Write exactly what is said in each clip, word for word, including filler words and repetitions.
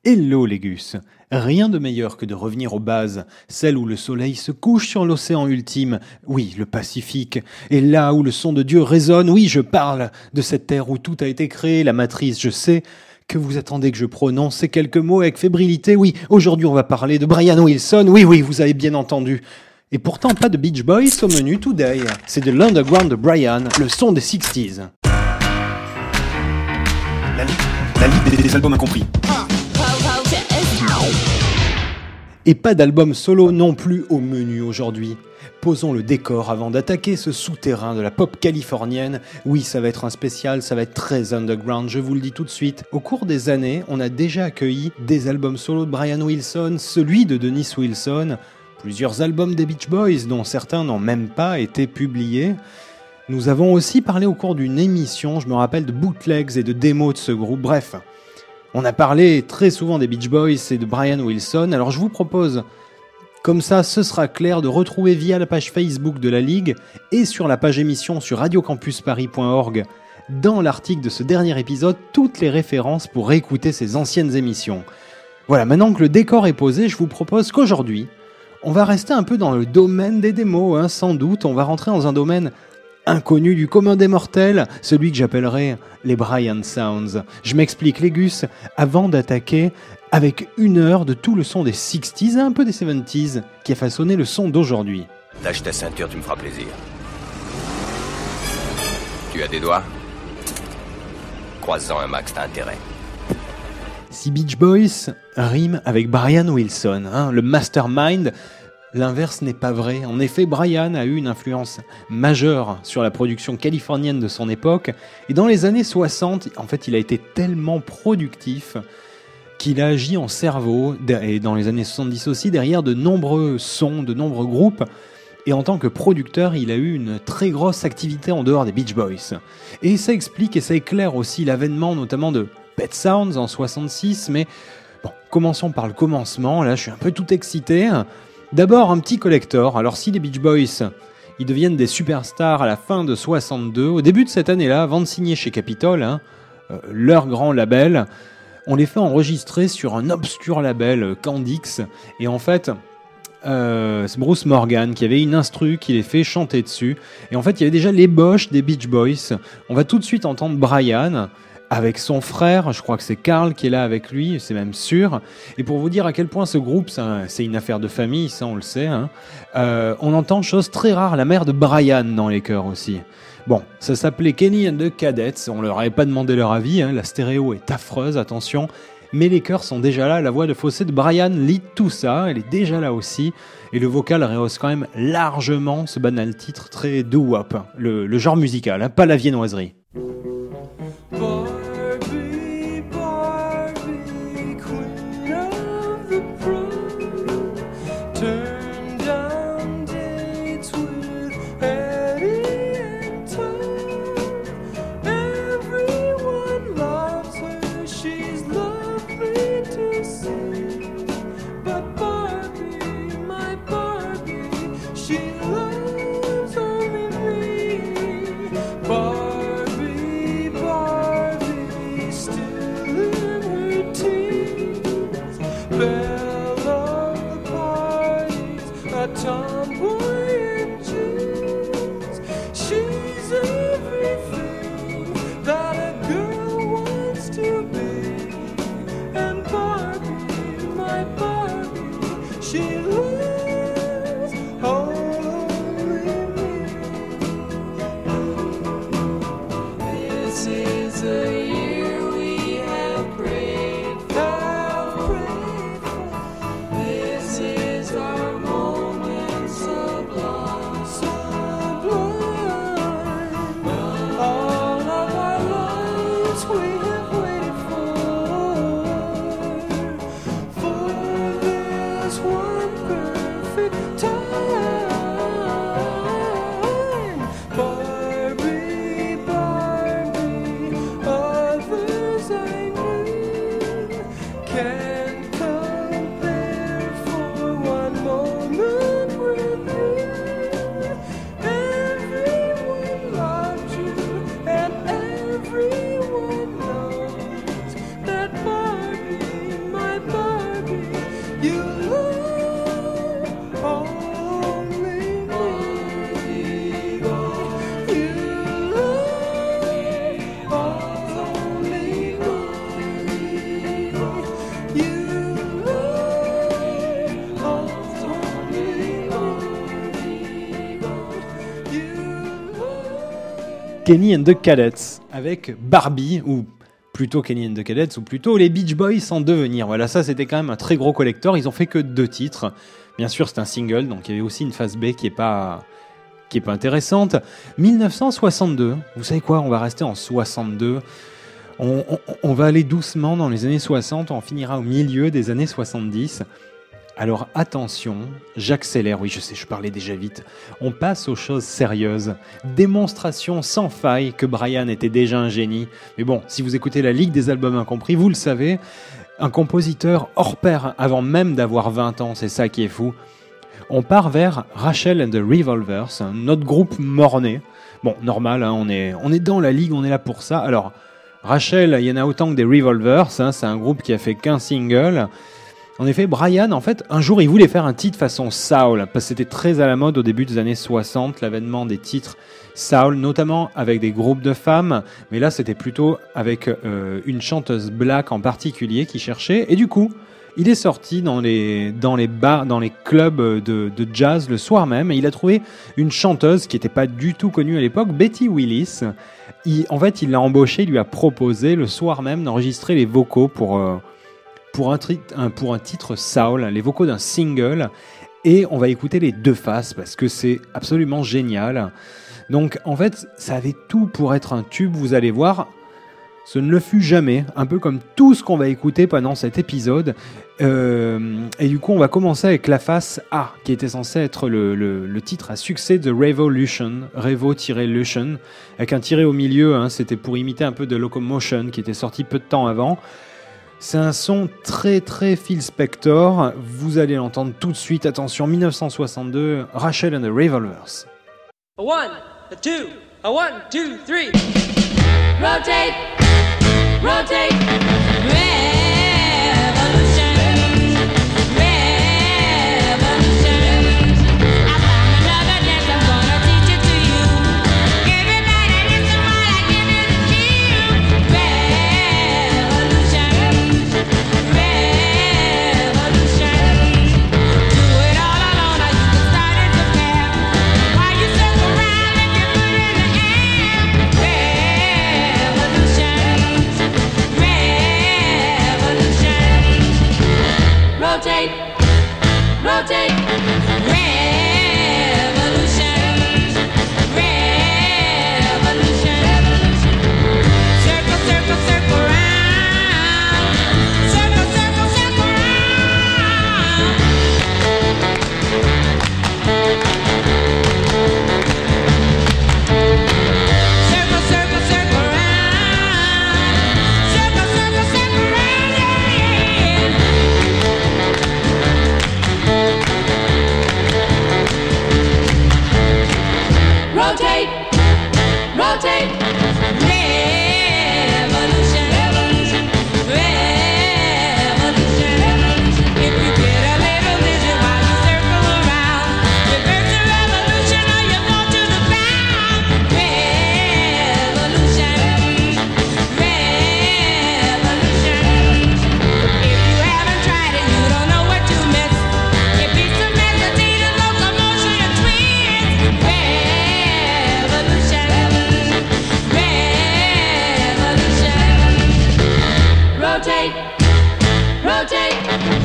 Hello les gus. Rien de meilleur que de revenir aux bases, celles où le soleil se couche sur l'océan ultime, oui, le Pacifique, et là où le son de Dieu résonne, oui, je parle de cette terre où tout a été créé, la matrice, je sais que vous attendez que je prononce ces quelques mots avec fébrilité, oui, aujourd'hui on va parler de Brian Wilson, oui, oui, vous avez bien entendu. Et pourtant pas de Beach Boys au menu today, c'est de l'underground de Brian, le son des sixties. La Ligue, la Ligue des, des albums incompris. Et pas d'album solo non plus au menu aujourd'hui. Posons le décor avant d'attaquer ce souterrain de la pop californienne. Oui, ça va être un spécial, ça va être très underground, je vous le dis tout de suite. Au cours des années, on a déjà accueilli des albums solo de Brian Wilson, celui de Dennis Wilson, plusieurs albums des Beach Boys dont certains n'ont même pas été publiés. Nous avons aussi parlé au cours d'une émission, je me rappelle de bootlegs et de démos de ce groupe, bref. On a parlé très souvent des Beach Boys et de Brian Wilson, alors je vous propose, comme ça ce sera clair, de retrouver via la page Facebook de la Ligue et sur la page émission sur radio campus paris point org, dans l'article de ce dernier épisode, toutes les références pour réécouter ces anciennes émissions. Voilà, maintenant que le décor est posé, je vous propose qu'aujourd'hui, on va rester un peu dans le domaine des démos, hein, sans doute, on va rentrer dans un domaine inconnu du commun des mortels, celui que j'appellerais les Brian Sounds. Je m'explique les gus, avant d'attaquer avec une heure de tout le son des sixties et un peu des seventies qui a façonné le son d'aujourd'hui. Lâche ta ceinture, tu me feras plaisir. Tu as des doigts ? Croise-en un max, t'as intérêt. Si Beach Boys rime avec Brian Wilson, hein, le mastermind, l'inverse n'est pas vrai. En effet, Brian a eu une influence majeure sur la production californienne de son époque. Et dans les années soixante, en fait, il a été tellement productif qu'il a agi en cerveau, et dans les années soixante-dix aussi, derrière de nombreux sons, de nombreux groupes. Et en tant que producteur, il a eu une très grosse activité en dehors des Beach Boys. Et ça explique et ça éclaire aussi l'avènement notamment de Pet Sounds en soixante-six. Mais bon, commençons par le commencement. Là, je suis un peu tout excité. D'abord, un petit collector. Alors, si les Beach Boys, ils deviennent des superstars à la fin de soixante-deux, au début de cette année-là, avant de signer chez Capitol, hein, euh, leur grand label, on les fait enregistrer sur un obscur label, euh, Candix. Et en fait, euh, c'est Bruce Morgan qui avait une instru qui les fait chanter dessus. Et en fait, il y avait déjà l'ébauche des Beach Boys. On va tout de suite entendre Brian avec son frère, je crois que c'est Carl qui est là avec lui, c'est même sûr. Et pour vous dire à quel point ce groupe, ça, c'est une affaire de famille, ça on le sait, hein, euh, on entend chose très rare, la mère de Brian dans les chœurs aussi. Bon, ça s'appelait Kenny and the Cadets, on leur avait pas demandé leur avis, hein, la stéréo est affreuse, attention, mais les chœurs sont déjà là, la voix de fossé de Brian lit tout ça, elle est déjà là aussi, et le vocal rehausse quand même largement ce banal titre très doo-wop, le, le genre musical, hein, pas la viennoiserie. Barbie, Barbie, queen of the prom, turn down dates with Eddie and Tom. Everyone loves her, she's lovely to see. But Barbie, my Barbie, she loves only me. Barbie, tomboy in jeans, she's everything that a girl wants to be. And Barbie, my Barbie, she loves only me. This is a year we have prayed for. Prayed for. This is our moment sublime, sublime. All of our lives we have waited for, for this one perfect time. Barbie, Barbie, others I knew can't compare for one moment with you. Everyone loved you, and everyone knows that Barbie, my Kenny and the Cadets avec Barbie, ou plutôt Kenny and the Cadets, ou plutôt les Beach Boys en devenir. Voilà, ça c'était quand même un très gros collector. Ils ont fait que deux titres. Bien sûr, c'est un single, donc il y avait aussi une phase B qui est pas qui est pas intéressante. dix-neuf cent soixante-deux. Vous savez quoi ? On va rester en soixante-deux. On, on, on va aller doucement dans les années soixante. On finira au milieu des années soixante-dix. Alors attention, j'accélère, oui je sais, je parlais déjà vite. On passe aux choses sérieuses. Démonstration sans faille que Brian était déjà un génie. Mais bon, si vous écoutez la Ligue des albums incompris, vous le savez, un compositeur hors pair avant même d'avoir vingt ans, c'est ça qui est fou. On part vers Rachel and the Revolvers, notre groupe morné. Bon, normal, hein, on est, on est dans la Ligue, on est là pour ça. Alors, Rachel, il y en a autant que des Revolvers, hein, c'est un groupe qui a fait qu'un single. En effet, Brian, en fait, un jour, il voulait faire un titre façon soul, parce que c'était très à la mode au début des années soixante, l'avènement des titres soul, notamment avec des groupes de femmes, mais là, c'était plutôt avec euh, une chanteuse black en particulier qui cherchait, et du coup, il est sorti dans les, dans les bars, dans les clubs de, de jazz le soir même, et il a trouvé une chanteuse qui n'était pas du tout connue à l'époque, Betty Willis. Il, en fait, il l'a embauchée, il lui a proposé le soir même d'enregistrer les vocaux pour... Euh, Pour un, tri- un, pour un titre soul, les vocaux d'un single, et on va écouter les deux faces parce que c'est absolument génial. Donc en fait, ça avait tout pour être un tube, vous allez voir. Ce ne le fut jamais, un peu comme tout ce qu'on va écouter pendant cet épisode. Euh, et du coup, on va commencer avec la face A, qui était censée être le, le, le titre à succès de Revolution, Revo-Lution, avec un tiré au milieu, hein, c'était pour imiter un peu de Locomotion, qui était sorti peu de temps avant. C'est un son très très Phil Spector, vous allez l'entendre tout de suite, attention, dix-neuf cent soixante-deux, Rachel and the Revolvers. A one, a two, a one, two, three. Rotate, rotate, revolution, revolution. I found another dance, I'm gonna teach it to you. Everybody listen while I give you the cue. Revolution, revolution. Do it all alone, or you can start it with pair. While you circle around and you put in the air. Revolution, revolution. Rotate, rotate. Revolution, revolution. Circle, circle, circle round. Circle, circle, circle round. Circle, circle, circle round. Circle, circle, circle round, yeah. Rotate, rotate. Revolution, revolution, revolution. If you get a little dizzy while you circle around, reverse the revolution or you fall to the ground. Revolution, revolution. If you haven't tried it, you don't know what to miss. It beats the melody, the locomotion, and twist. Revolution, revolution. Rotate, rotate.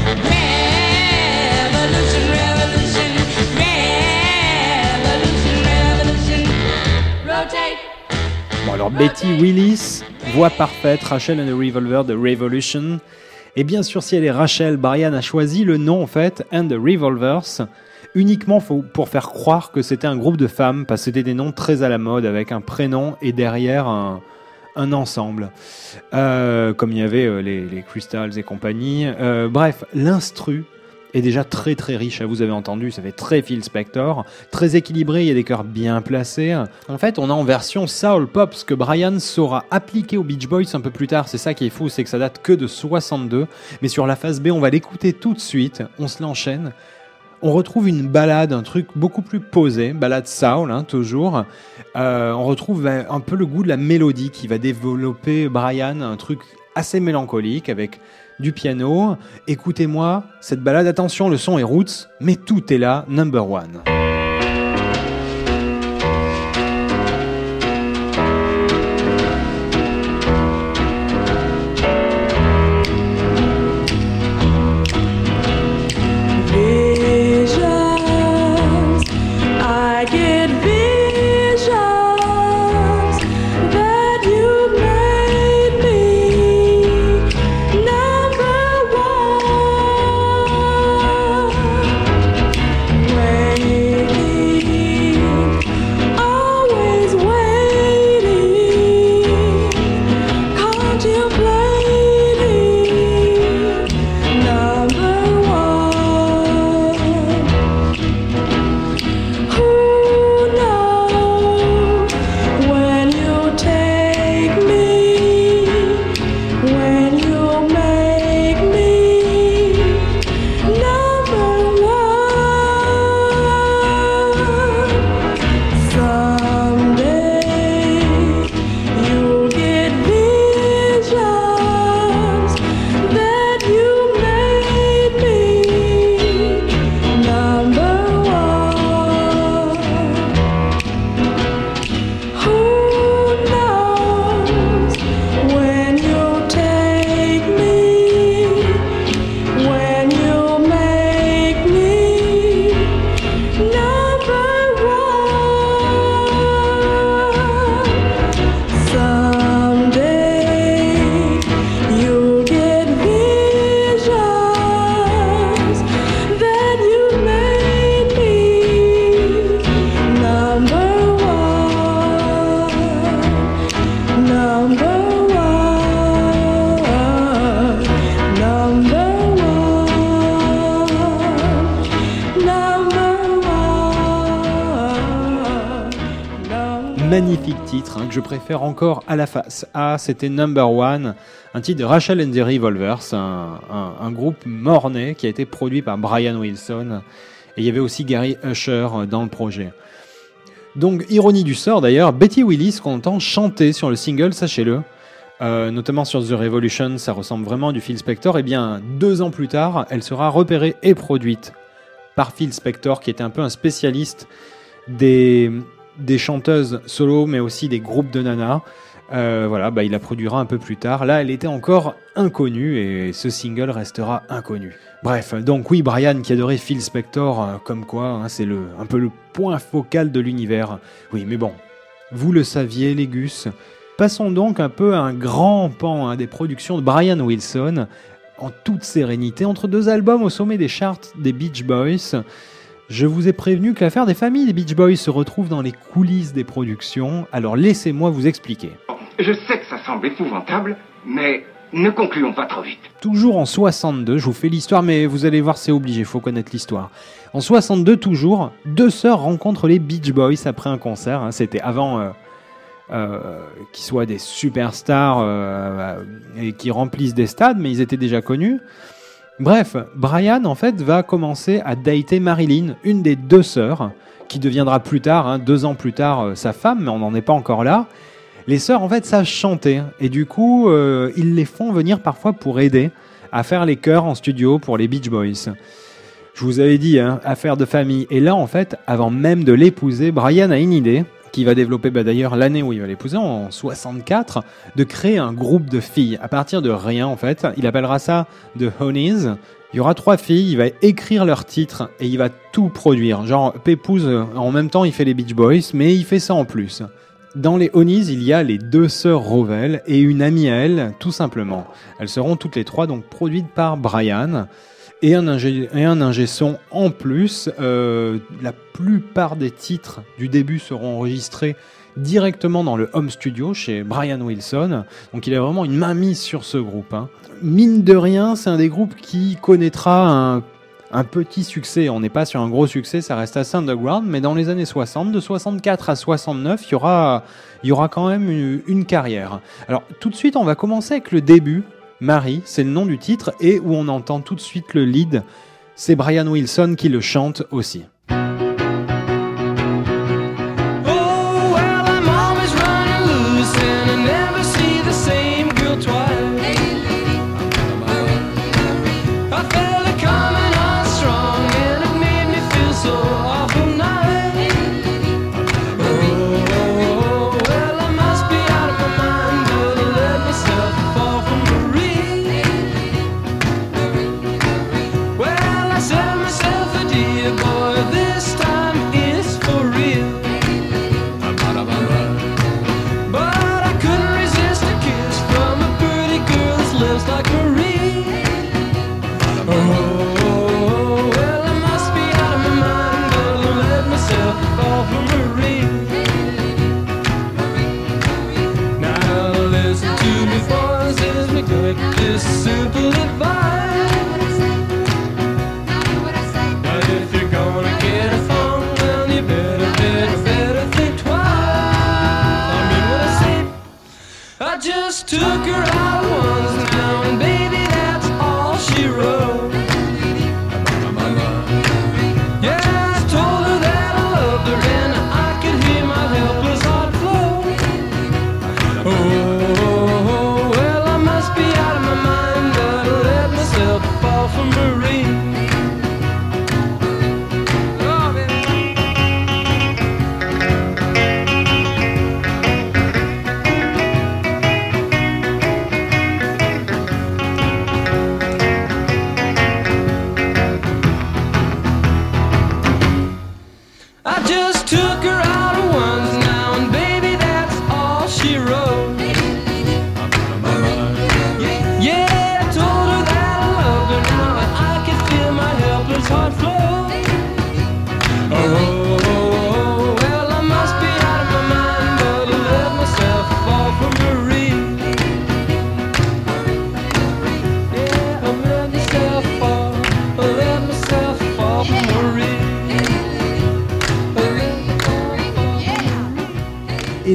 Revolution, revolution, revolution, revolution. Rotate. Bon alors Betty Willis, voix parfaite, Rachel and the Revolver de Revolution. Et bien sûr, si elle est Rachel, Brian a choisi le nom en fait, and the Revolvers, uniquement faut- pour faire croire que c'était un groupe de femmes, parce que c'était des noms très à la mode, avec un prénom et derrière un, un ensemble. Euh, comme il y avait euh, les, les Crystals et compagnie. Euh, bref, l'instru est déjà très très riche, vous avez entendu, ça fait très Phil Spector, très équilibré, il y a des chœurs bien placés. En fait, on a en version soul pop ce que Brian saura appliquer aux Beach Boys un peu plus tard, c'est ça qui est fou, c'est que ça date que de soixante-deux, mais sur la phase B, on va l'écouter tout de suite, on se l'enchaîne. On retrouve une ballade, un truc beaucoup plus posé, ballade soul, hein, toujours. Euh, on retrouve euh, un peu le goût de la mélodie qui va développer Brian, un truc assez mélancolique avec du piano. Écoutez-moi cette ballade, attention, le son est roots, mais tout est là, number one. magnifique titre hein, que je préfère encore à la face A, c'était Number One, un titre de Rachel and the Revolvers, un, un, un groupe mornais qui a été produit par Brian Wilson, et il y avait aussi Gary Usher dans le projet. Donc, ironie du sort d'ailleurs, Betty Willis qu'on entend chanter sur le single, sachez-le, euh, notamment sur The Revolution, ça ressemble vraiment à du Phil Spector, et bien deux ans plus tard, elle sera repérée et produite par Phil Spector, qui était un peu un spécialiste des... des chanteuses solo, mais aussi des groupes de nanas. Euh, voilà, bah, il la produira un peu plus tard. Là, elle était encore inconnue et ce single restera inconnu. Bref, donc oui, Brian qui adorait Phil Spector, euh, comme quoi, hein, c'est le, un peu le point focal de l'univers. Oui, mais bon, vous le saviez, les gus. Passons donc un peu à un grand pan hein, des productions de Brian Wilson, en toute sérénité, entre deux albums au sommet des charts des Beach Boys. Je vous ai prévenu que l'affaire des familles des Beach Boys se retrouve dans les coulisses des productions, alors laissez-moi vous expliquer. Je sais que ça semble épouvantable, mais ne concluons pas trop vite. Toujours en soixante-deux, je vous fais l'histoire, mais vous allez voir, c'est obligé, il faut connaître l'histoire. En soixante-deux, toujours, deux sœurs rencontrent les Beach Boys après un concert. Hein, c'était avant euh, euh, qu'ils soient des superstars euh, et qui remplissent des stades, mais ils étaient déjà connus. Bref, Brian, en fait, va commencer à dater Marilyn, une des deux sœurs, qui deviendra plus tard, hein, deux ans plus tard, euh, sa femme, mais on n'en est pas encore là. Les sœurs, en fait, savent chanter, et du coup, euh, ils les font venir parfois pour aider à faire les chœurs en studio pour les Beach Boys. Je vous avais dit, hein, affaire de famille. Et là, en fait, avant même de l'épouser, Brian a une idée, qui va développer bah, d'ailleurs l'année où il va l'épouser, en soixante-quatre, de créer un groupe de filles, à partir de rien en fait. Il appellera ça The Honeys. Il y aura trois filles, il va écrire leurs titres et il va tout produire. Genre, Pépouze, en même temps il fait les Beach Boys, mais il fait ça en plus. Dans les Honeys, il y a les deux sœurs Rovell et une amie à elle, tout simplement. Elles seront toutes les trois donc produites par Brian. Et un ingé, et un ingé son en plus. Euh, la plupart des titres du début seront enregistrés directement dans le home studio chez Brian Wilson. Donc il a vraiment une main mise sur ce groupe. Hein. Mine de rien, c'est un des groupes qui connaîtra un, un petit succès. On n'est pas sur un gros succès, ça reste assez underground, mais dans les années soixante, de soixante-quatre à soixante-neuf, il y aura, il y aura quand même une, une carrière. Alors tout de suite, on va commencer avec le début. Marie, c'est le nom du titre, et où on entend tout de suite le lead, c'est Brian Wilson qui le chante aussi.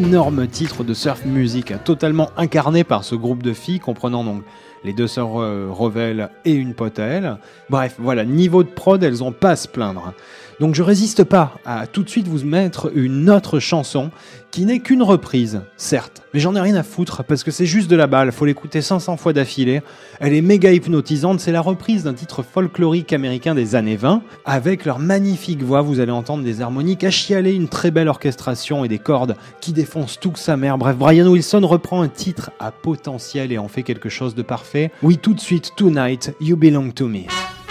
énorme titre de surf music, totalement incarné par ce groupe de filles, comprenant donc les deux sœurs euh, Revel et une pote à elle. Bref, voilà, niveau de prod, elles ont pas à se plaindre. Donc je résiste pas à tout de suite vous mettre une autre chanson qui n'est qu'une reprise, certes, mais j'en ai rien à foutre parce que c'est juste de la balle, faut l'écouter cinq cents fois d'affilée. Elle est méga hypnotisante, c'est la reprise d'un titre folklorique américain des années vingt. Avec leur magnifique voix, vous allez entendre des harmoniques à chialer, une très belle orchestration et des cordes qui défoncent tout que sa mère. Bref, Brian Wilson reprend un titre à potentiel et en fait quelque chose de parfait. Oui, tout de suite, Tonight, You Belong to Me.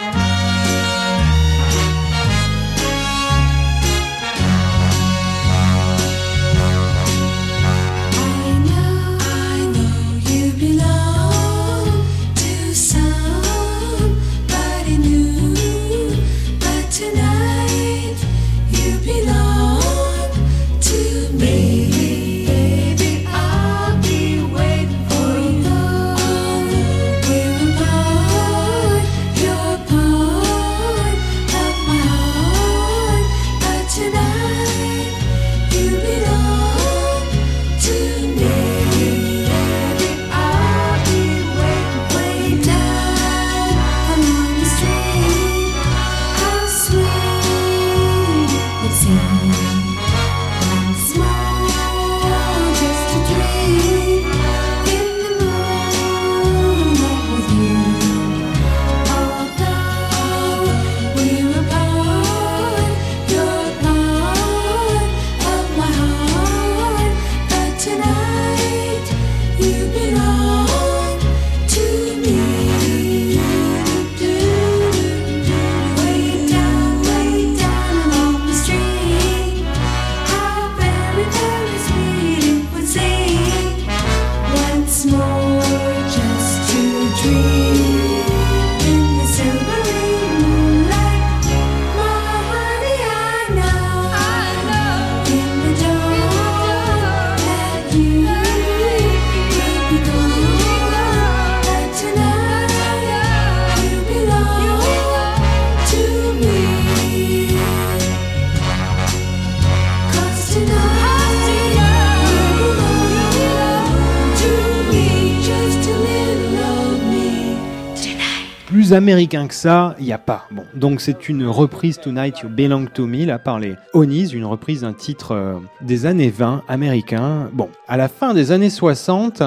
Plus américain que ça, il n'y a pas. Bon, donc c'est une reprise Tonight You Belong to Me, là par les Honey's, une reprise d'un titre euh, des années vingt américain. Bon, à la fin des années soixante,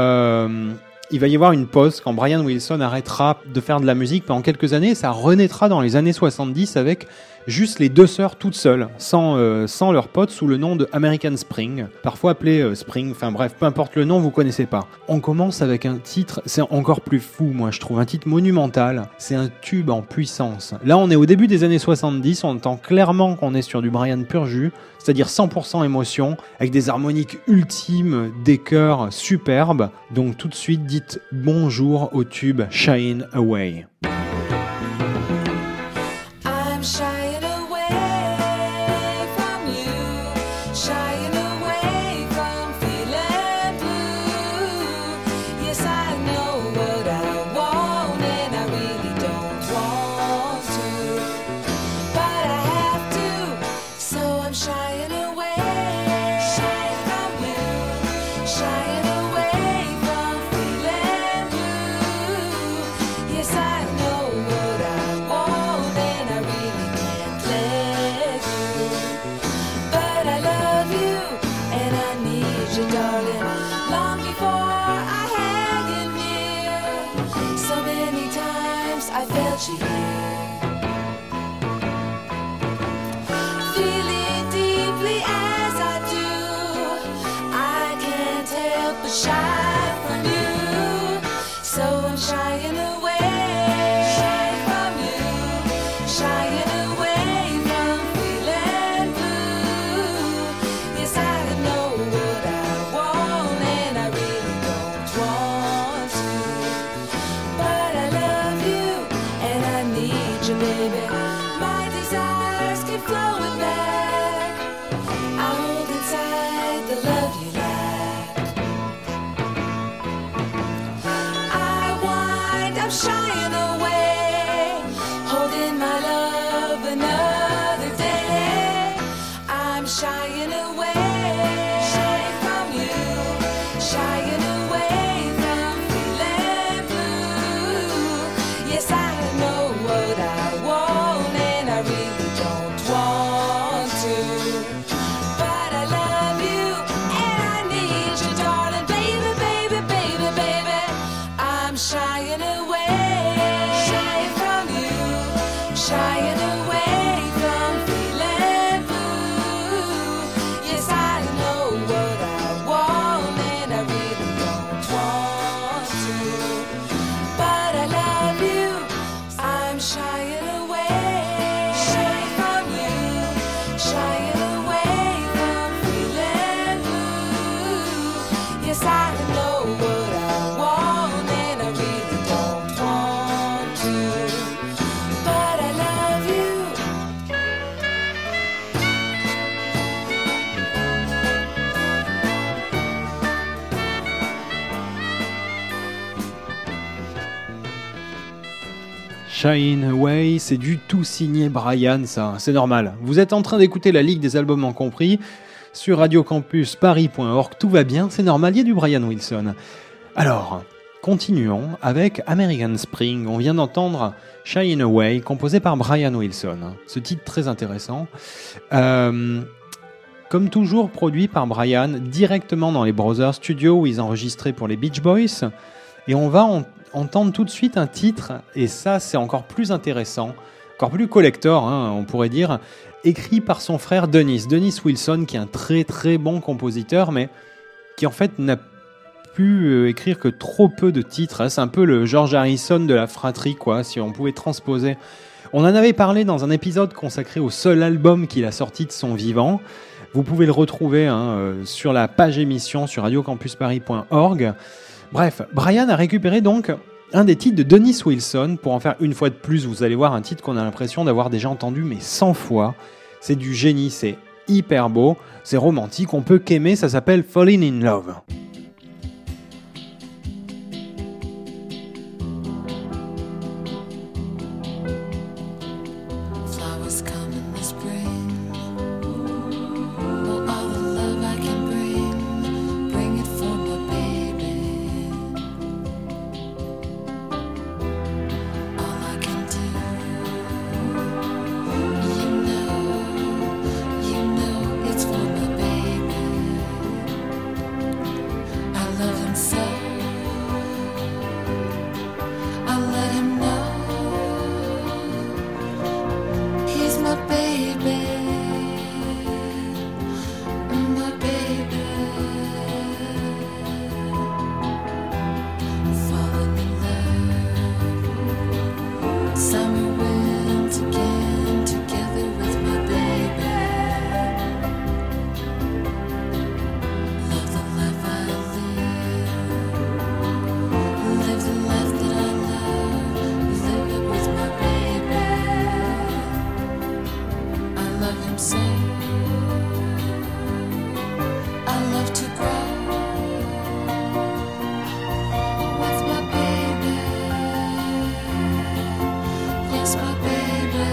euh, il va y avoir une pause quand Brian Wilson arrêtera de faire de la musique pendant quelques années. Ça renaîtra dans les années soixante-dix avec juste les deux sœurs toutes seules, sans, euh, sans leurs potes, sous le nom de American Spring, parfois appelé euh, Spring, enfin bref, peu importe le nom, vous connaissez pas. On commence avec un titre, c'est encore plus fou, moi je trouve, un titre monumental, c'est un tube en puissance. Là on est au début des années soixante-dix, on entend clairement qu'on est sur du Brian pur jus, c'est-à-dire cent pour cent émotion, avec des harmoniques ultimes, des chœurs superbes. Donc tout de suite, dites bonjour au tube Shine Away. I'm shying away from you, shying away from feeling blue. Yes, I know what I want and I really don't want to, but I have to, so I'm shying away, shying from you, shying away from feeling blue. Yes, I know what I want and I really can't let you, but I love you and I need you, darling, long before I had you near. So many times I felt you here, feeling deeply as I do. I can't help but shy from you, so I'm shying away, shying from you, shying away from feeling blue. Yes, I know what I want and I really don't want to, but I love you and I need you, baby. My desires keep flowing back. I hold inside the love you lack. I wind up shying away, holding my love another day. I'm shying away, shying I know what I want, and I really don't want to. But I love you, and I need you, darling, baby, baby, baby, baby. I'm shying away, shying from you, shying away from feeling blue. Yes, I know what I want, and I really don't want to. But I love you, I'm shying away, shying from you, shying away from feeling blue. Yes, I know what I want, and I really don't want to. But I love you. Shine Away, c'est du tout signé Brian, ça, c'est normal. Vous êtes en train d'écouter la Ligue des albums en compris sur radio campus paris point org, tout va bien, c'est normal, il y a du Brian Wilson. Alors, continuons avec American Spring. On vient d'entendre Shine Away, composé par Brian Wilson. Ce titre très intéressant. Euh, comme toujours, produit par Brian directement dans les Brothers Studios où ils enregistraient pour les Beach Boys. Et on va en- entendre tout de suite un titre, et ça c'est encore plus intéressant, encore plus collector, hein, on pourrait dire, écrit par son frère Dennis, Dennis Wilson, qui est un très très bon compositeur, mais qui en fait n'a pu euh, écrire que trop peu de titres. hein. C'est un peu le George Harrison de la fratrie, quoi, si on pouvait transposer. On en avait parlé dans un épisode consacré au seul album qu'il a sorti de son vivant. Vous pouvez le retrouver hein, euh, sur la page émission sur radio campus paris point org. Bref, Brian a récupéré donc un des titres de Dennis Wilson pour en faire une fois de plus. Vous allez voir un titre qu'on a l'impression d'avoir déjà entendu mais cent fois. C'est du génie, c'est hyper beau, c'est romantique, on peut qu'aimer, ça s'appelle Falling in Love. Flowers come in the spring. Oh, all the love I can bring, bring it for my baby. All I can do, you know, you know it's for my baby. I love him so, I let him know. He's my baby, my baby. Falling in love, summer winds again, together with my baby. Love the life I live, live the life that I love, live it with my baby. I love him so, I love to grow with my baby, yes my baby.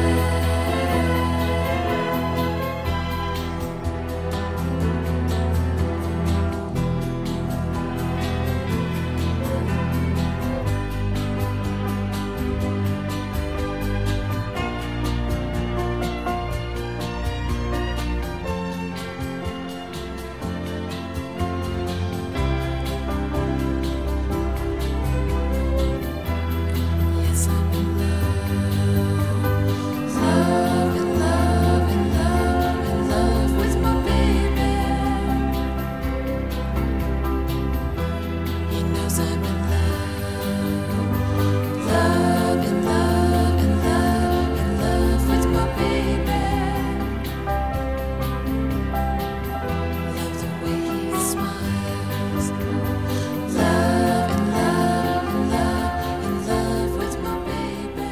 Yes, I'm in love, love and love and love and love with my baby. He knows I'm in love, love and love and love and love with my baby. Love the way he smiles, love and love and love and love with my baby.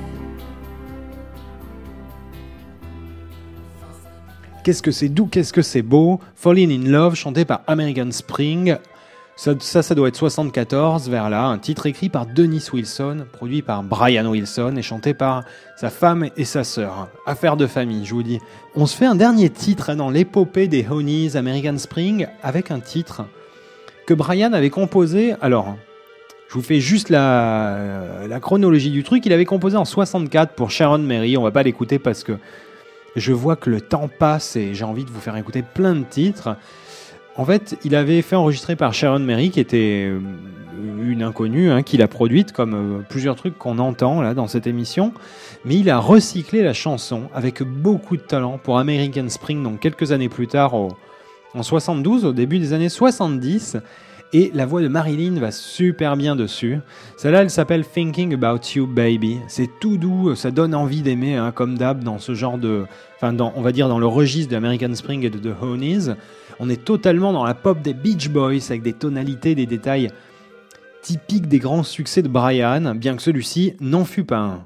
Qu'est-ce que c'est doux, qu'est-ce que c'est beau. Falling in Love, chanté par American Spring. Ça, ça, ça doit être soixante-quatorze, vers là. Un titre écrit par Dennis Wilson, produit par Brian Wilson et chanté par sa femme et sa sœur. Affaire de famille, je vous dis. On se fait un dernier titre dans l'épopée des Honey's, American Spring, avec un titre que Brian avait composé. Alors, Je vous fais juste la, la chronologie du truc. Il avait composé en soixante-quatre pour Sharon Mary. On va pas l'écouter parce que je vois que le temps passe et j'ai envie de vous faire écouter plein de titres. En fait, il avait fait enregistrer par Sharon Mary, qui était une inconnue, hein, qu'il a produite comme euh, plusieurs trucs qu'on entend là dans cette émission. Mais il a recyclé la chanson avec beaucoup de talent pour American Spring, donc quelques années plus tard, au, en soixante-douze, au début des années soixante-dix. Et la voix de Marilyn va super bien dessus. Celle-là, elle s'appelle Thinking About You Baby. C'est tout doux, ça donne envie d'aimer, hein, comme d'hab, dans ce genre de... Enfin, dans, on va dire dans le registre de American Spring et de The Honey's. On est totalement dans la pop des Beach Boys, avec des tonalités, des détails typiques des grands succès de Brian, bien que celui-ci n'en fût pas un.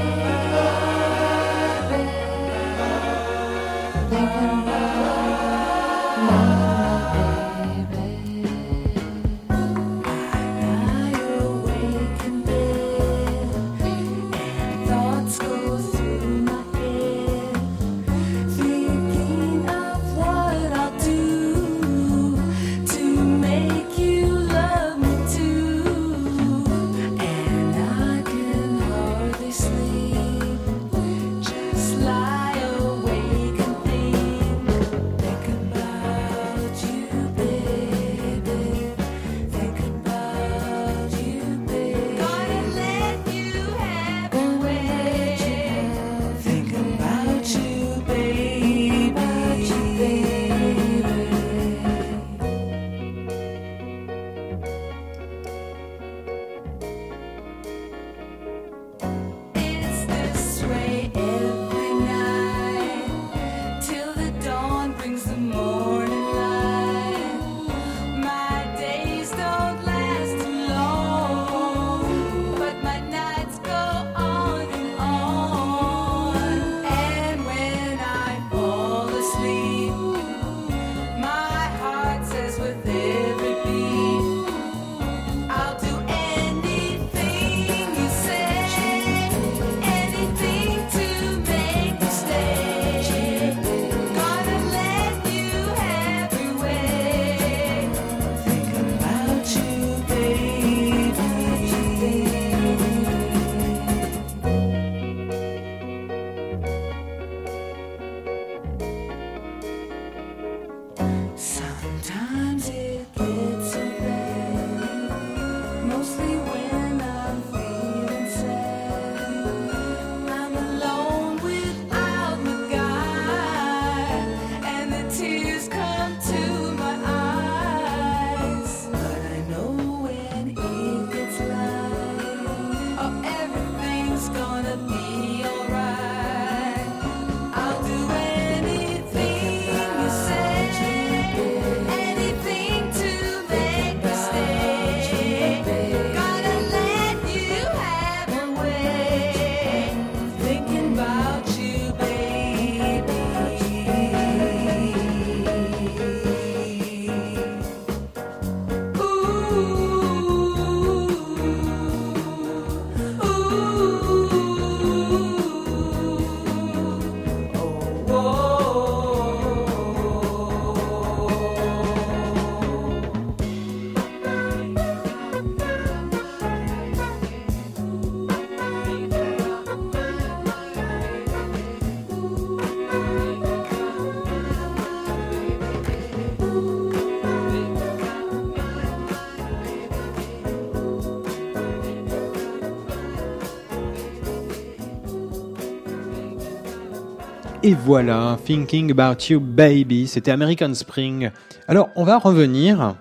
Et voilà, Thinking About You Baby, c'était American Spring. Alors, on va revenir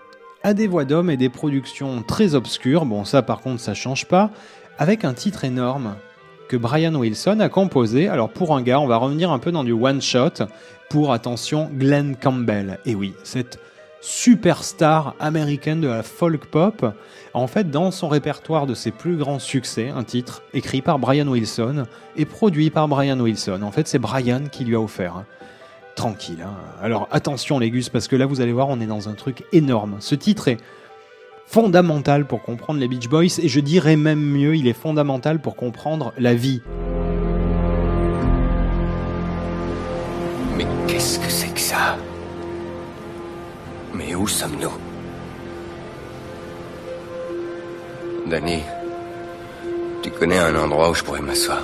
à des voix d'hommes et des productions très obscures, bon ça par contre ça change pas, avec un titre énorme que Brian Wilson a composé. Alors pour un gars, on va revenir un peu dans du one-shot pour, attention, Glenn Campbell. Et oui, cette superstar américaine de la folk pop, en fait dans son répertoire de ses plus grands succès, un titre écrit par Brian Wilson et produit par Brian Wilson. En fait c'est Brian qui lui a offert. Tranquille, hein. Alors attention les gus, parce que là vous allez voir, on est dans un truc énorme. Ce titre est fondamental pour comprendre les Beach Boys, et je dirais même mieux, il est fondamental pour comprendre la vie. Mais qu'est-ce que c'est que ça? Mais où sommes-nous? Danny, tu connais un endroit où je pourrais m'asseoir?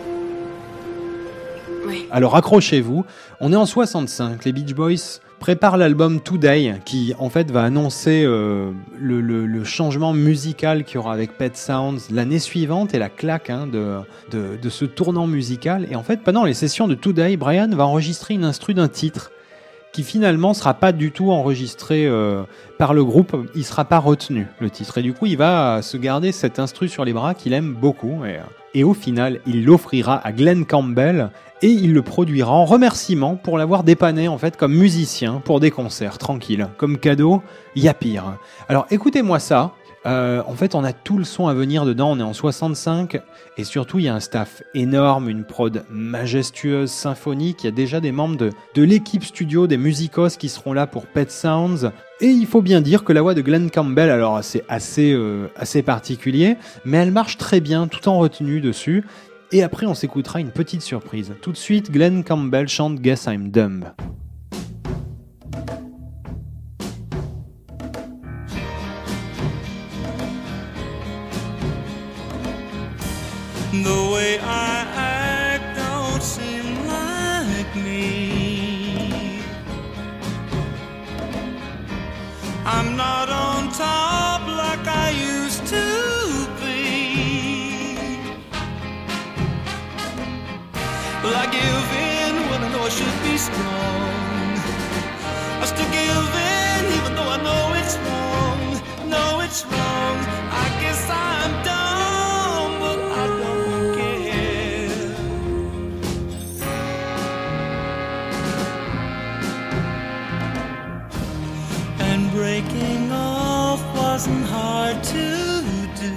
Oui. Alors accrochez-vous, on est en soixante-cinq, les Beach Boys préparent l'album Today, qui en fait va annoncer euh, le, le, le changement musical qu'il y aura avec Pet Sounds l'année suivante et la claque hein, de, de, de ce tournant musical. Et en fait, pendant les sessions de Today, Brian va enregistrer une instru d'un titre qui finalement ne sera pas du tout enregistré euh, par le groupe, il ne sera pas retenu, le titre. Et du coup, il va se garder cet instru sur les bras qu'il aime beaucoup. Et, et au final, il l'offrira à Glenn Campbell et il le produira en remerciement pour l'avoir dépanné en fait comme musicien pour des concerts, tranquille. Comme cadeau, il y a pire. Alors écoutez-moi ça. Euh, en fait, on a tout le son à venir dedans, on est en soixante-cinq, et surtout, il y a un staff énorme, une prod majestueuse, symphonique, il y a déjà des membres de, de l'équipe studio, des musicos qui seront là pour Pet Sounds, et il faut bien dire que la voix de Glenn Campbell, alors c'est assez, euh, assez particulier, mais elle marche très bien, tout en retenue dessus, et après on s'écoutera une petite surprise. Tout de suite, Glenn Campbell chante Guess I'm Dumb. The way I act don't seem like me. I'm not on top like I used to be. Well, I give in when I know I should be strong. I still give in even though I know it's wrong. Know it's wrong. I guess I'm dumb, but I don't care. And breaking off wasn't hard to do,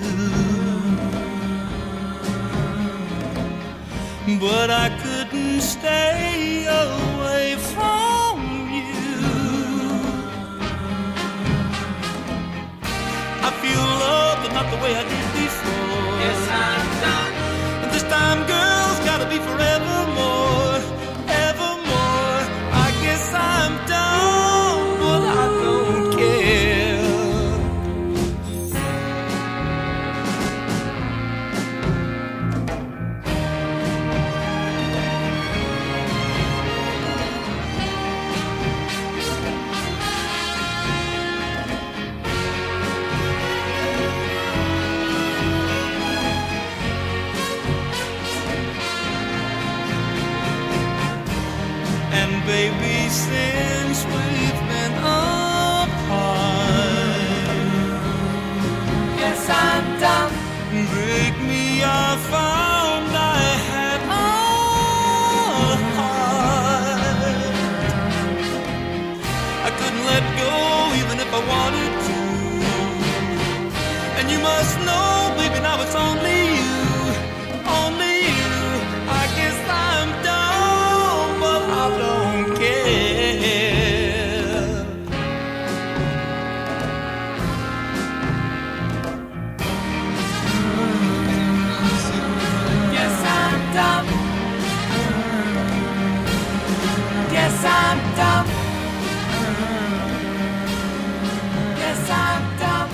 but I couldn't stay away from you. I feel love, but not the way I did before. Yes, I'm done. And this time, girl's gotta be forevermore, evermore. I guess I'm done, but I don't care. And baby, since we've been apart, yes, I'm done. Break me, I found I had a heart. I couldn't let go even if I wanted to. And you must know, baby, now it's only you, only you. I guess I'm done, but I don't care. Yes, I'm done. Yes, I'm done. Yes, I'm done.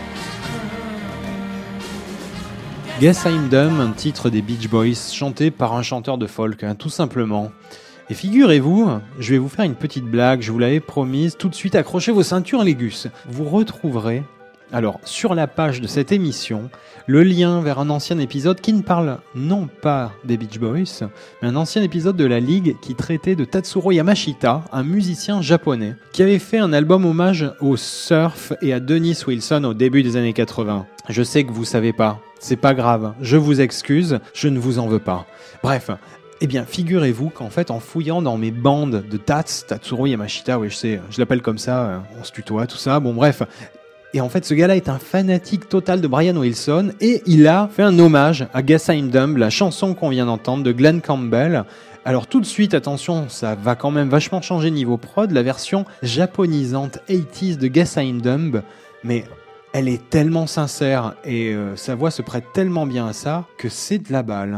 Guess I'm Dumb, un titre des Beach Boys, chanté par un chanteur de folk, hein, tout simplement. Et figurez-vous, je vais vous faire une petite blague, je vous l'avais promise, tout de suite accrochez vos ceintures Légus. Vous retrouverez, alors sur la page de cette émission, le lien vers un ancien épisode qui ne parle non pas des Beach Boys, mais un ancien épisode de la Ligue qui traitait de Tatsuro Yamashita, un musicien japonais, qui avait fait un album hommage au surf et à Dennis Wilson au début des années quatre-vingts. Je sais que vous savez pas, c'est pas grave, je vous excuse, je ne vous en veux pas. Bref, eh bien, figurez-vous qu'en fait, en fouillant dans mes bandes de Tats, Tatsuro Yamashita, oui, je sais, je l'appelle comme ça, on se tutoie, tout ça, bon, bref. Et en fait, ce gars-là est un fanatique total de Brian Wilson et il a fait un hommage à Guess I'm Dumb, la chanson qu'on vient d'entendre de Glenn Campbell. Alors tout de suite, attention, ça va quand même vachement changer niveau prod, la version japonisante quatre-vingt-dix de Guess I'm Dumb, mais elle est tellement sincère et euh, sa voix se prête tellement bien à ça que c'est de la balle.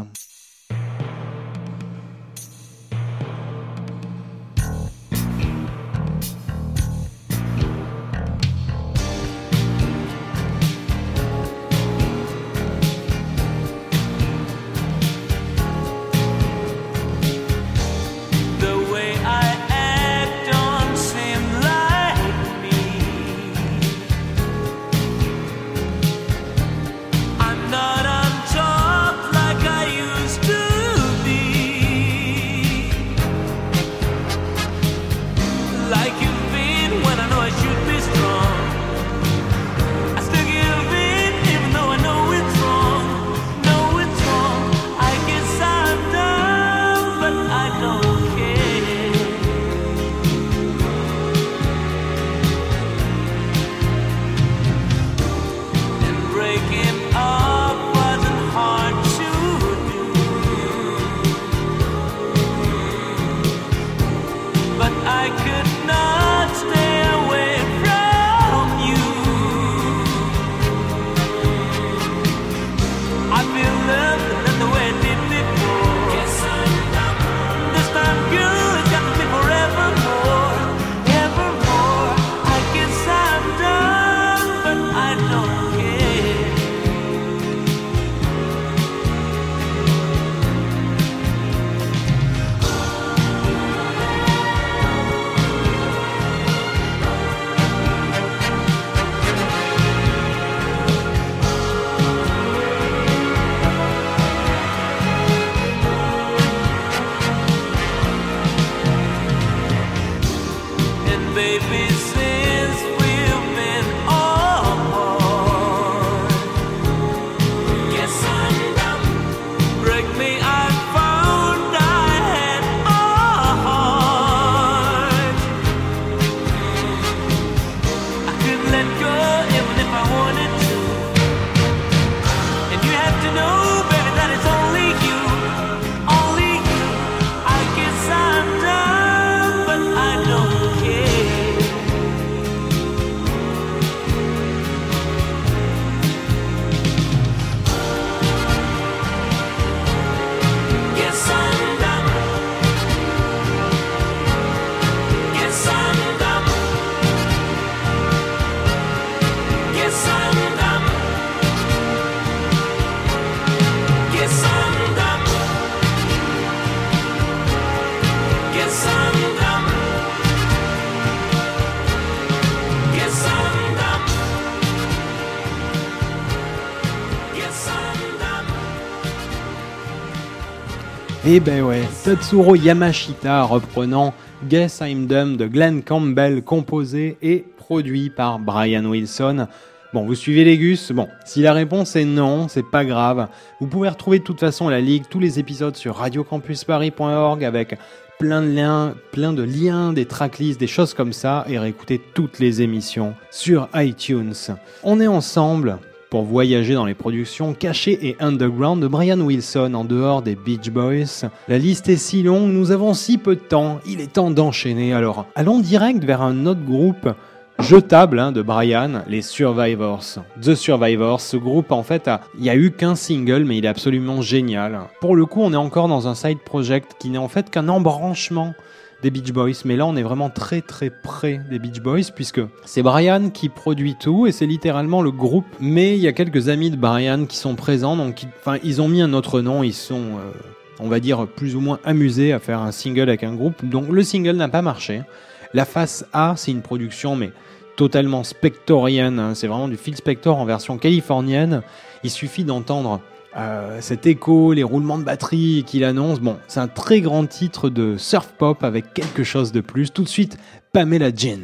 Eh ben ouais, Tatsuro Yamashita reprenant Guess I'm Dumb de Glenn Campbell, composé et produit par Brian Wilson. Bon, vous suivez les gus ? Bon, si la réponse est non, c'est pas grave. Vous pouvez retrouver de toute façon la ligue, tous les épisodes sur radio campus paris point org avec plein de liens, plein de liens, des tracklists, des choses comme ça, et réécouter toutes les émissions sur iTunes. On est ensemble pour voyager dans les productions cachées et underground de Brian Wilson en dehors des Beach Boys. La liste est si longue, nous avons si peu de temps, il est temps d'enchaîner. Alors, allons direct vers un autre groupe jetable hein, de Brian, les Survivors. The Survivors, ce groupe en fait, a, il n'y a eu qu'un single, mais il est absolument génial. Pour le coup, on est encore dans un side project qui n'est en fait qu'un embranchement des Beach Boys, mais là on est vraiment très très près des Beach Boys puisque c'est Brian qui produit tout et c'est littéralement le groupe, mais il y a quelques amis de Brian qui sont présents, donc ils, enfin, ils ont mis un autre nom, ils sont euh, on va dire plus ou moins amusés à faire un single avec un groupe, donc le single n'a pas marché. La face A, c'est une production mais totalement spectorienne, hein, c'est vraiment du Phil Spector en version californienne, il suffit d'entendre Euh, cet écho, les roulements de batterie qu'il annonce, bon, c'est un très grand titre de surf pop avec quelque chose de plus. Tout de suite, Pamela Jean.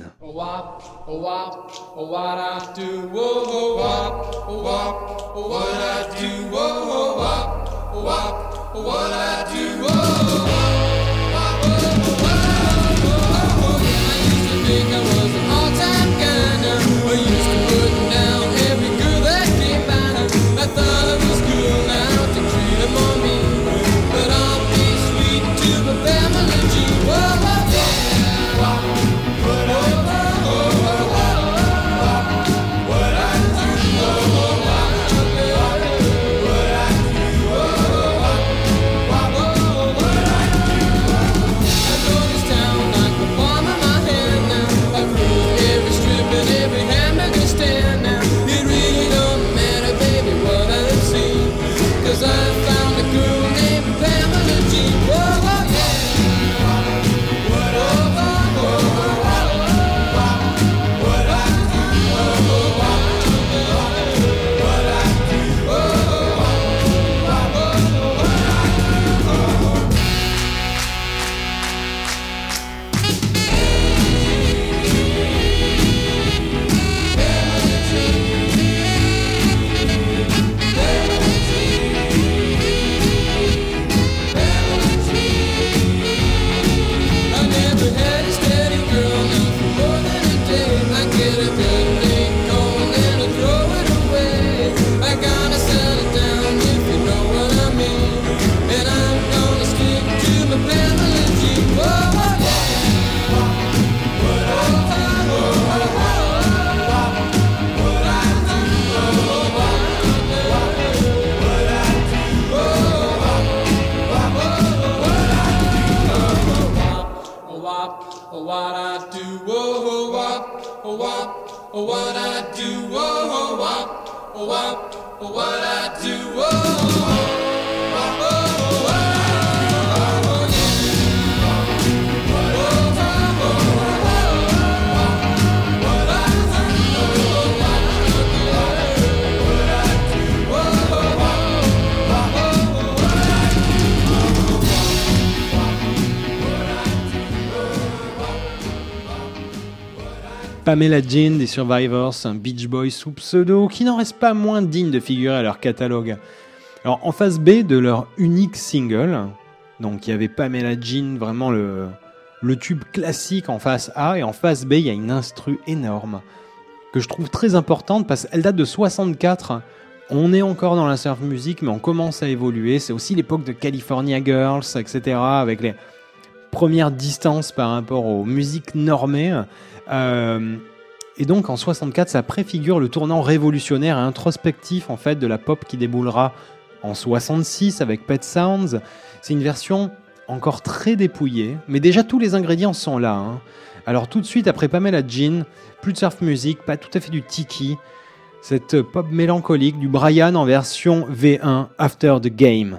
Pamela Jean des Survivors, un Beach Boy sous pseudo qui n'en reste pas moins digne de figurer à leur catalogue. Alors en face B de leur unique single, donc il y avait Pamela Jean, vraiment le, le tube classique en face A, et en face B il y a une instru énorme que je trouve très importante parce qu'elle date de soixante-quatre. On est encore dans la surf music mais on commence à évoluer, c'est aussi l'époque de California Girls, et cetera avec les premières distances par rapport aux musiques normées. Euh, et donc en soixante-quatre, ça préfigure le tournant révolutionnaire et introspectif en fait de la pop qui déboulera en soixante-six avec Pet Sounds. C'est une version encore très dépouillée, mais déjà tous les ingrédients sont là. Hein. Alors tout de suite après Pamela Jean, plus de surf music, pas tout à fait du tiki, cette pop mélancolique du Brian en version V un After the Game.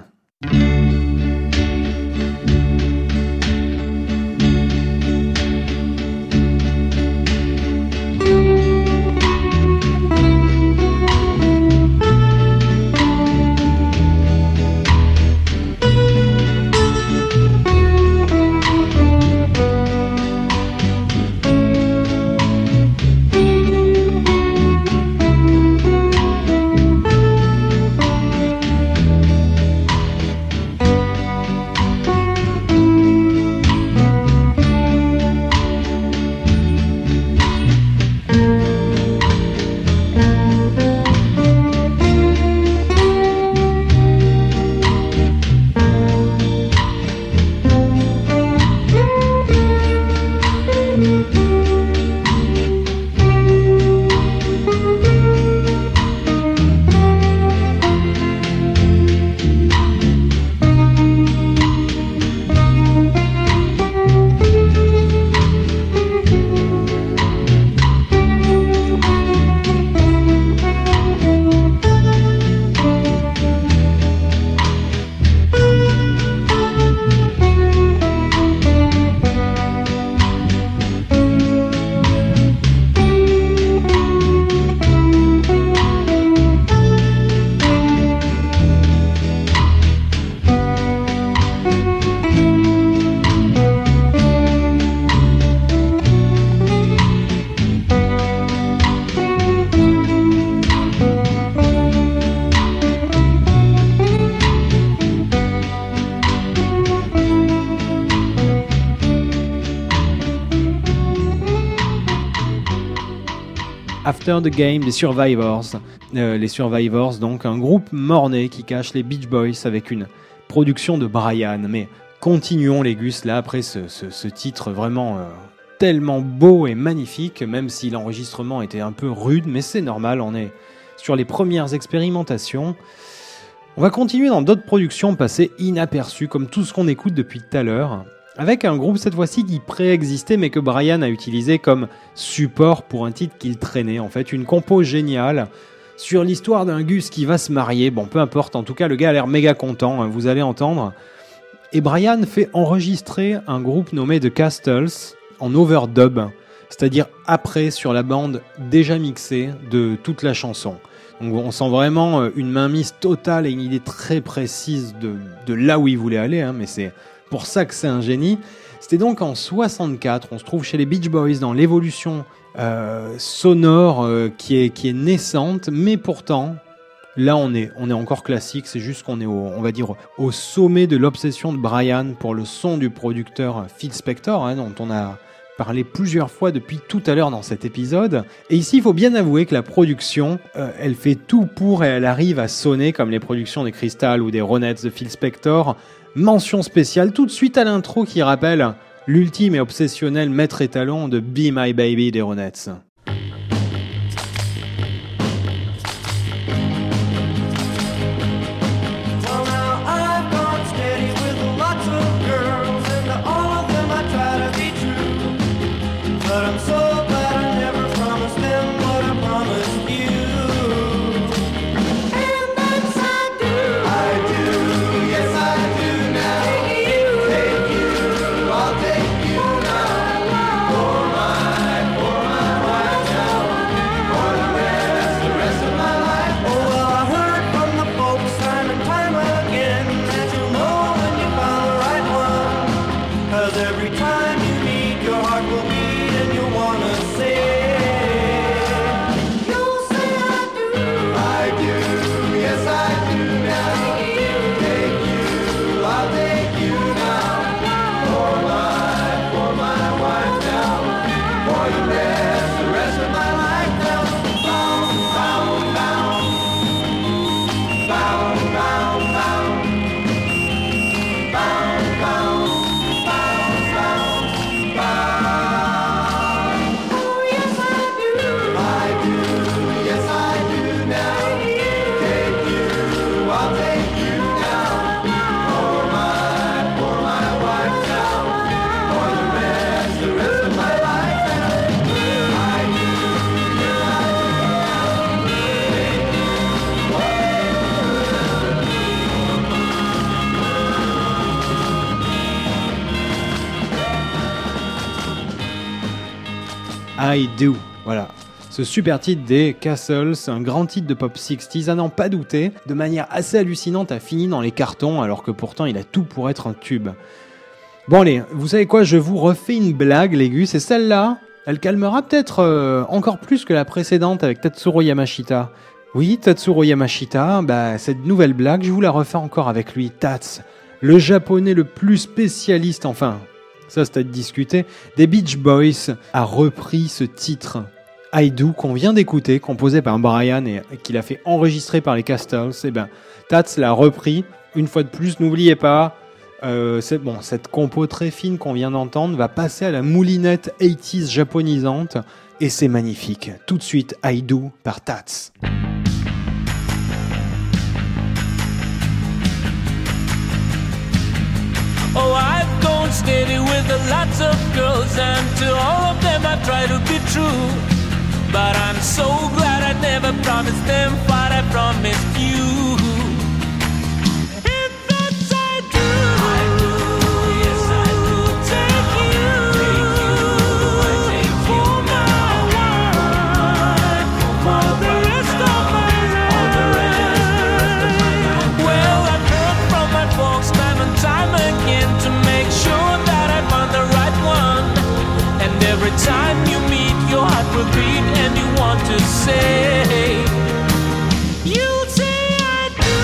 Master the Game des Survivors. Euh, les Survivors, donc un groupe morné qui cache les Beach Boys avec une production de Brian. Mais continuons les Gus là après ce, ce, ce titre vraiment euh, tellement beau et magnifique, même si l'enregistrement était un peu rude, mais c'est normal, on est sur les premières expérimentations. On va continuer dans d'autres productions passées inaperçues, comme tout ce qu'on écoute depuis tout à l'heure, avec un groupe cette fois-ci qui préexistait mais que Brian a utilisé comme support pour un titre qu'il traînait. En fait, une compo géniale sur l'histoire d'un Gus qui va se marier. Bon, peu importe, en tout cas, le gars a l'air méga content, hein, vous allez entendre. Et Brian fait enregistrer un groupe nommé The Castles en overdub, c'est-à-dire après sur la bande déjà mixée de toute la chanson. Donc on sent vraiment une mainmise totale et une idée très précise de, de là où il voulait aller, hein, mais c'est pour ça que c'est un génie. C'était donc en soixante-quatre, on se trouve chez les Beach Boys dans l'évolution euh, sonore euh, qui, est, qui est naissante, mais pourtant, là on est, on est encore classique, c'est juste qu'on est au, on va dire, au sommet de l'obsession de Brian pour le son du producteur Phil Spector, hein, dont on a parlé plusieurs fois depuis tout à l'heure dans cet épisode. Et ici, il faut bien avouer que la production, euh, elle fait tout pour et elle arrive à sonner comme les productions des Crystal ou des Ronettes de Phil Spector. Mention spéciale tout de suite à l'intro qui rappelle l'ultime et obsessionnel maître étalon de Be My Baby des Ronettes. I Do, voilà. Ce super titre des Castles, un grand titre de pop soixante, à n'en pas douter, de manière assez hallucinante a fini dans les cartons, alors que pourtant il a tout pour être un tube. Bon allez, vous savez quoi, je vous refais une blague, les gus, et celle-là, elle calmera peut-être euh, encore plus que la précédente avec Tatsuro Yamashita. Oui, Tatsuro Yamashita, bah, cette nouvelle blague, je vous la refais encore avec lui, Tats, le japonais le plus spécialiste, enfin... ça c'est à discuter, des Beach Boys a repris ce titre I Do qu'on vient d'écouter, composé par Brian et qu'il a fait enregistrer par les Castles. Et ben Tats l'a repris une fois de plus. N'oubliez pas, euh, c'est bon, cette compo très fine qu'on vient d'entendre va passer à la moulinette quatre-vingt-dix japonisante et c'est magnifique. Tout de suite I Do par Tats. Oh, I've gone steady with a lots of girls, and to all of them I try to be true. But I'm so glad I never promised them what I promised you. And that's I do. I do, yes I do. Take you, take you, I take you for my wife, for the rest of my life. All the rest, the rest of my life. Well, I've heard from my folks time and time again to make sure that I found the right one. And every time you meet, your heart will beat and you want to say, you'll say I do.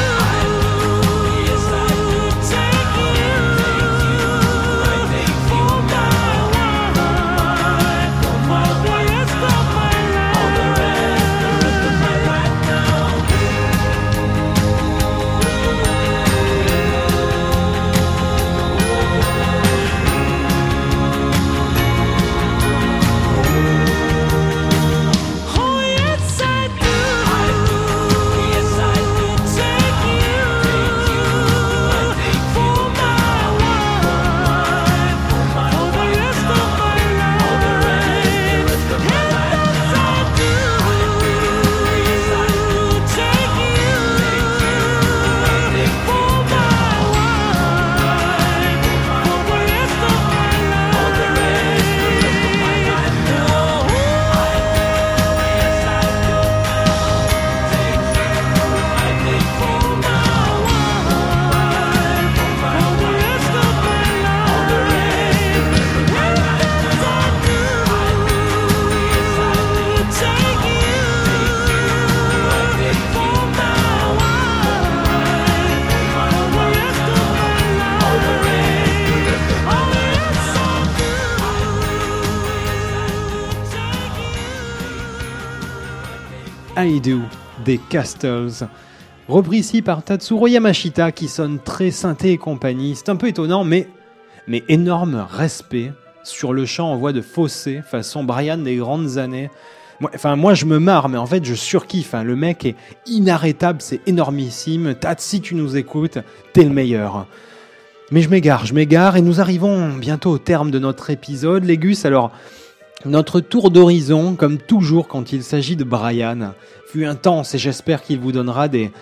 I Do des Castles. Repris ici par Tatsuro Yamashita qui sonne très synthé et compagnie. C'est un peu étonnant, mais, mais énorme respect sur le chant en voix de Fossé, façon Brian des grandes années. Moi, enfin, moi je me marre, mais en fait je surkiffe. Hein. Le mec est inarrêtable, c'est énormissime. Tats, si tu nous écoutes, t'es le meilleur. Mais je m'égare, je m'égare et nous arrivons bientôt au terme de notre épisode. Les Gus, alors, notre tour d'horizon, comme toujours quand il s'agit de Brian, fut intense et j'espère qu'il vous donnera des,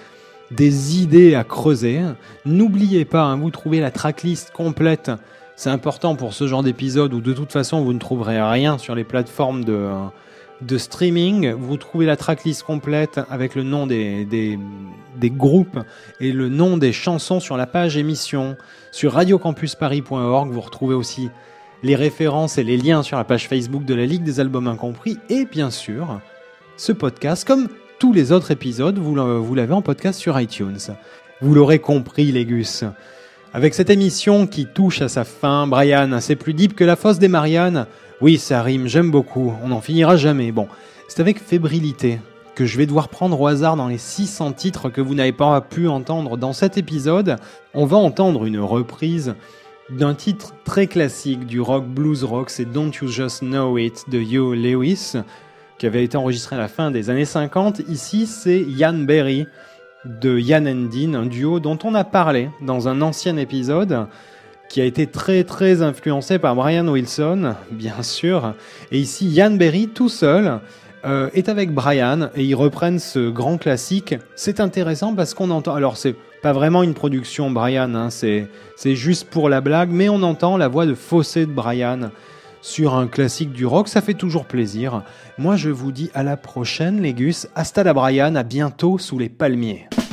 des idées à creuser. N'oubliez pas, hein, vous trouvez la tracklist complète. C'est important pour ce genre d'épisode où de toute façon vous ne trouverez rien sur les plateformes de, de streaming. Vous trouvez la tracklist complète avec le nom des, des, des groupes et le nom des chansons sur la page émission. Sur radio campus paris point org, vous retrouvez aussi les références et les liens sur la page Facebook de la Ligue des Albums Incompris. Et bien sûr, ce podcast, comme tous les autres épisodes, vous, vous l'avez en podcast sur iTunes. Vous l'aurez compris, les Gus. Avec cette émission qui touche à sa fin, Brian, c'est plus deep que la fosse des Mariannes. Oui, ça rime, j'aime beaucoup, on n'en finira jamais. Bon, c'est avec fébrilité que je vais devoir prendre au hasard dans les six cents titres que vous n'avez pas pu entendre dans cet épisode. On va entendre une reprise d'un titre très classique du rock blues rock, c'est Don't You Just Know It de Huey Lewis, qui avait été enregistré à la fin des années cinquante. Ici, c'est Ian Berry de Ian and Dean, un duo dont on a parlé dans un ancien épisode, qui a été très très influencé par Brian Wilson, bien sûr. Et ici, Ian Berry, tout seul, euh, est avec Brian, et ils reprennent ce grand classique. C'est intéressant parce qu'on entend... Alors, c'est pas vraiment une production Brian, hein, c'est, c'est juste pour la blague, mais on entend la voix de Fossé de Brian sur un classique du rock, ça fait toujours plaisir. Moi je vous dis à la prochaine les Gus, hasta la Brian, à bientôt sous les palmiers.